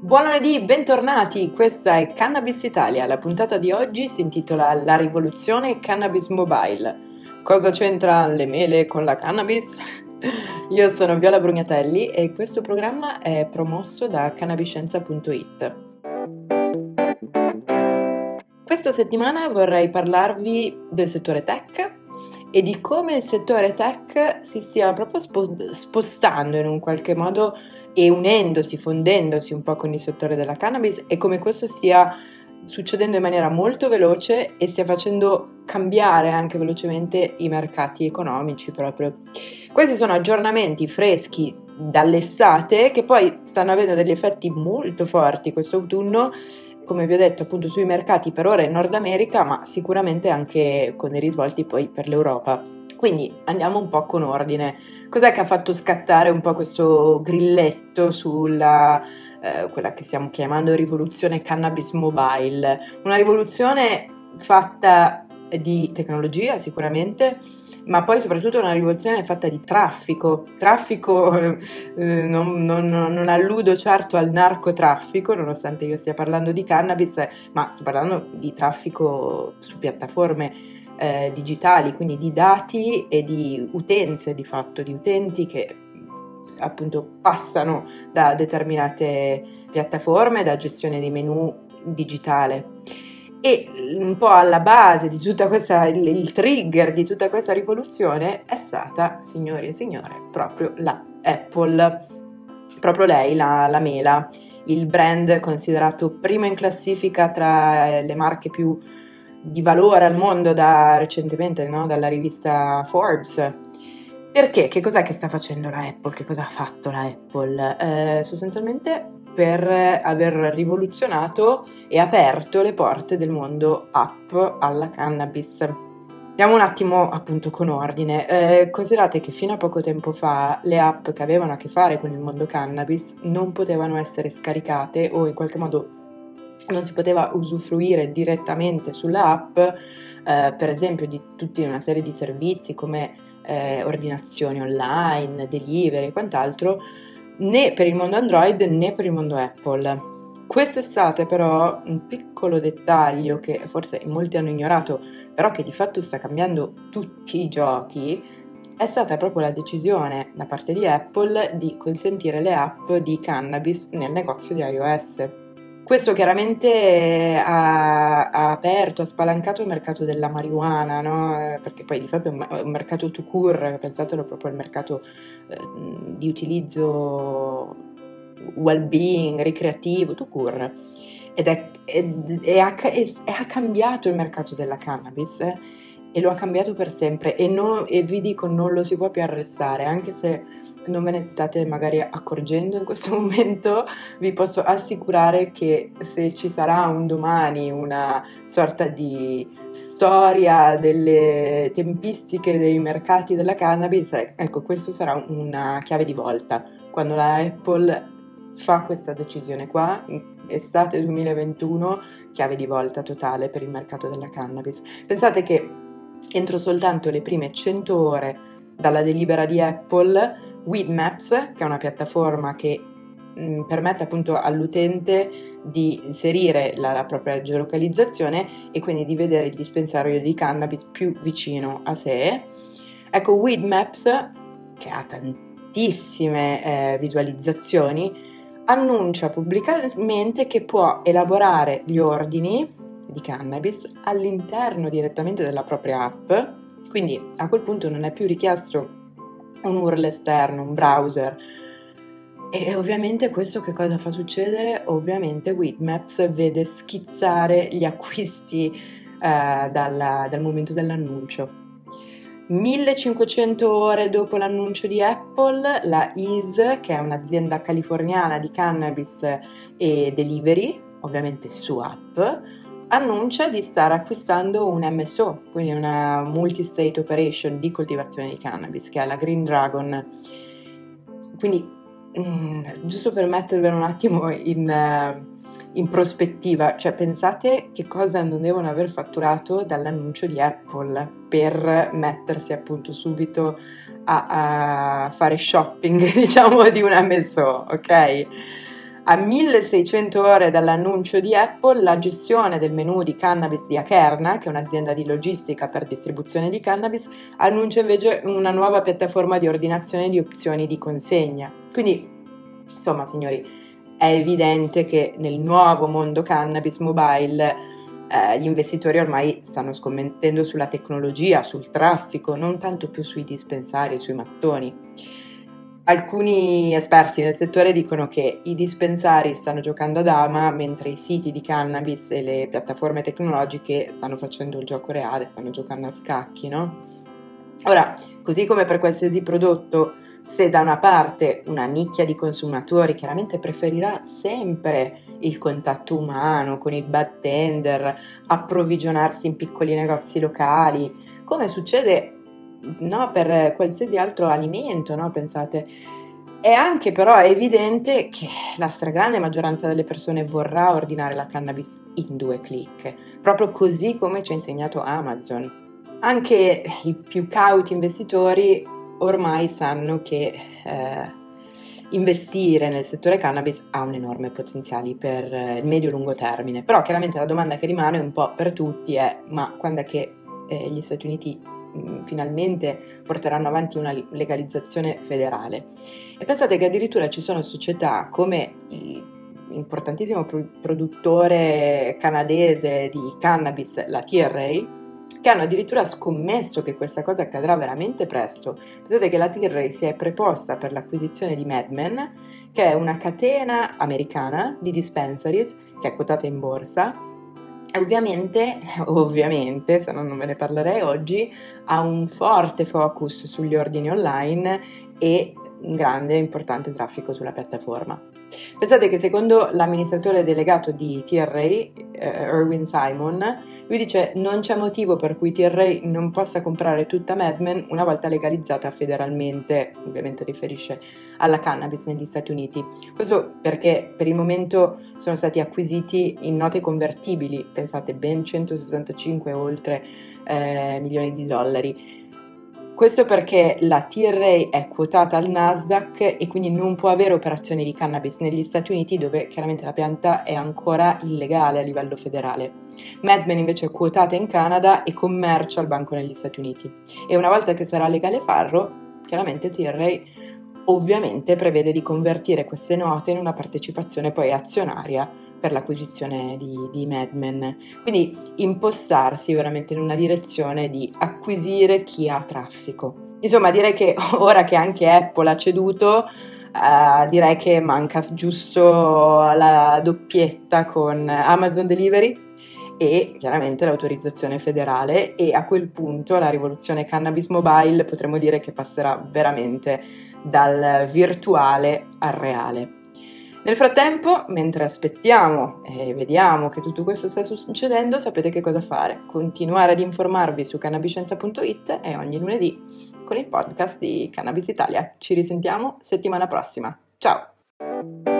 Buon lunedì, bentornati, questa è Cannabis Italia, la puntata di oggi si intitola La rivoluzione Cannabis Mobile. Cosa c'entra le mele con la cannabis? Io sono Viola Brugnatelli e questo programma è promosso da cannabiscienza.it. Questa settimana vorrei parlarvi del settore tech e di come il settore tech si stia proprio spostando in un qualche modo e unendosi, fondendosi un po' con il settore della cannabis e come questo stia succedendo in maniera molto veloce e stia facendo cambiare anche velocemente i mercati economici proprio. Questi sono aggiornamenti freschi dall'estate che poi stanno avendo degli effetti molto forti questo autunno, come vi ho detto appunto sui mercati per ora in Nord America, ma sicuramente anche con dei risvolti poi per l'Europa. Quindi andiamo un po' con ordine. Cos'è che ha fatto scattare un po' questo grilletto sulla quella che stiamo chiamando rivoluzione cannabis mobile? Una rivoluzione fatta di tecnologia sicuramente, ma poi soprattutto una rivoluzione fatta di traffico. Non alludo certo al narcotraffico, nonostante io stia parlando di cannabis, ma sto parlando di traffico su piattaforme digitali, quindi di dati e di utenze di fatto, di utenti che appunto passano da determinate piattaforme, da gestione di menu digitale. E un po' alla base di tutta questa, il trigger di tutta questa rivoluzione è stata, signori e signore, proprio la Apple, proprio lei, la mela, il brand considerato primo in classifica tra le marche più di valore al mondo recentemente, no? Dalla rivista Forbes. Perché? Che cos'è che sta facendo la Apple? Che cosa ha fatto la Apple? Sostanzialmente per aver rivoluzionato e aperto le porte del mondo app alla cannabis. Andiamo un attimo appunto con ordine. Considerate che fino a poco tempo fa le app che avevano a che fare con il mondo cannabis non potevano essere scaricate o in qualche modo non si poteva usufruire direttamente sulla app, per esempio di tutta una serie di servizi come ordinazioni online, delivery e quant'altro, né per il mondo Android né per il mondo Apple. Quest'estate però un piccolo dettaglio che forse molti hanno ignorato, però che di fatto sta cambiando tutti i giochi, è stata proprio la decisione da parte di Apple di consentire le app di cannabis nel negozio di iOS. Questo chiaramente ha aperto, ha spalancato il mercato della marijuana, no? Perché poi di fatto è un mercato tout court, pensatelo proprio al mercato di utilizzo well-being, ricreativo, tout court. E ha cambiato il mercato della cannabis e lo ha cambiato per sempre e vi dico non lo si può più arrestare, anche se non ve ne state magari accorgendo in questo momento, vi posso assicurare che se ci sarà un domani una sorta di storia delle tempistiche dei mercati della cannabis, ecco, questo sarà una chiave di volta, quando la Apple fa questa decisione qua, estate 2021, chiave di volta totale per il mercato della cannabis. Pensate che entro soltanto le prime 100 ore dalla delibera di Apple, Weedmaps, che è una piattaforma che permette appunto all'utente di inserire la propria geolocalizzazione e quindi di vedere il dispensario di cannabis più vicino a sé. Ecco, Weedmaps, che ha tantissime visualizzazioni, annuncia pubblicamente che può elaborare gli ordini di cannabis all'interno direttamente della propria app, quindi a quel punto non è più richiesto un URL esterno, un browser. E ovviamente questo che cosa fa succedere? Ovviamente Weedmaps vede schizzare gli acquisti dal momento dell'annuncio. 1500 ore dopo l'annuncio di Apple, la Ease, che è un'azienda californiana di cannabis e delivery, ovviamente su app, annuncia di stare acquistando un MSO, quindi una multi-state operation di coltivazione di cannabis, che è la Green Dragon. Quindi, giusto per mettervelo un attimo in prospettiva, cioè pensate che cosa non devono aver fatturato dall'annuncio di Apple per mettersi appunto subito a fare shopping, diciamo, di un MSO, ok? A 1600 ore dall'annuncio di Apple, la gestione del menu di cannabis di Akerna, che è un'azienda di logistica per distribuzione di cannabis, annuncia invece una nuova piattaforma di ordinazione di opzioni di consegna. Quindi, insomma, signori, è evidente che nel nuovo mondo cannabis mobile gli investitori ormai stanno scommettendo sulla tecnologia, sul traffico, non tanto più sui dispensari, sui mattoni. Alcuni esperti nel settore dicono che i dispensari stanno giocando a dama, mentre i siti di cannabis e le piattaforme tecnologiche stanno facendo il gioco reale, stanno giocando a scacchi, no? Ora, così come per qualsiasi prodotto, se da una parte una nicchia di consumatori chiaramente preferirà sempre il contatto umano con i bartender, approvvigionarsi in piccoli negozi locali, come succede, no, per qualsiasi altro alimento, no? Pensate. È anche però evidente che la stragrande maggioranza delle persone vorrà ordinare la cannabis in 2 click, proprio così come ci ha insegnato Amazon. Anche i più cauti investitori ormai sanno che investire nel settore cannabis ha un enorme potenziale per il medio-lungo termine, però chiaramente la domanda che rimane un po' per tutti è: ma quando è che gli Stati Uniti finalmente porteranno avanti una legalizzazione federale? E pensate che addirittura ci sono società come l'importantissimo produttore canadese di cannabis, la TRA, che hanno addirittura scommesso che questa cosa accadrà veramente presto. Pensate che la Tilray si è preposta per l'acquisizione di MedMen, che è una catena americana di dispensaries che è quotata in borsa. E ovviamente, se no non ve ne parlerei oggi, ha un forte focus sugli ordini online e un grande e importante traffico sulla piattaforma. Pensate che secondo l'amministratore delegato di TRA, Erwin Simon, lui dice: non c'è motivo per cui TRA non possa comprare tutta MedMen una volta legalizzata federalmente, ovviamente riferisce alla cannabis negli Stati Uniti. Questo perché per il momento sono stati acquisiti in note convertibili, pensate, ben 165 oltre milioni di dollari. Questo perché la TRA è quotata al Nasdaq e quindi non può avere operazioni di cannabis negli Stati Uniti, dove chiaramente la pianta è ancora illegale a livello federale. MedMen invece è quotata in Canada e commercia al banco negli Stati Uniti. E una volta che sarà legale farlo, chiaramente TRA ovviamente prevede di convertire queste note in una partecipazione poi azionaria per l'acquisizione di MedMen. Quindi impostarsi veramente in una direzione di acquisire chi ha traffico. Insomma, direi che ora che anche Apple ha ceduto, direi che manca giusto la doppietta con Amazon Delivery e chiaramente l'autorizzazione federale, e a quel punto la rivoluzione cannabis mobile potremmo dire che passerà veramente dal virtuale al reale. Nel frattempo, mentre aspettiamo e vediamo che tutto questo sta succedendo, sapete che cosa fare: continuare ad informarvi su cannabiscienza.it e ogni lunedì con il podcast di Cannabis Italia. Ci risentiamo settimana prossima. Ciao!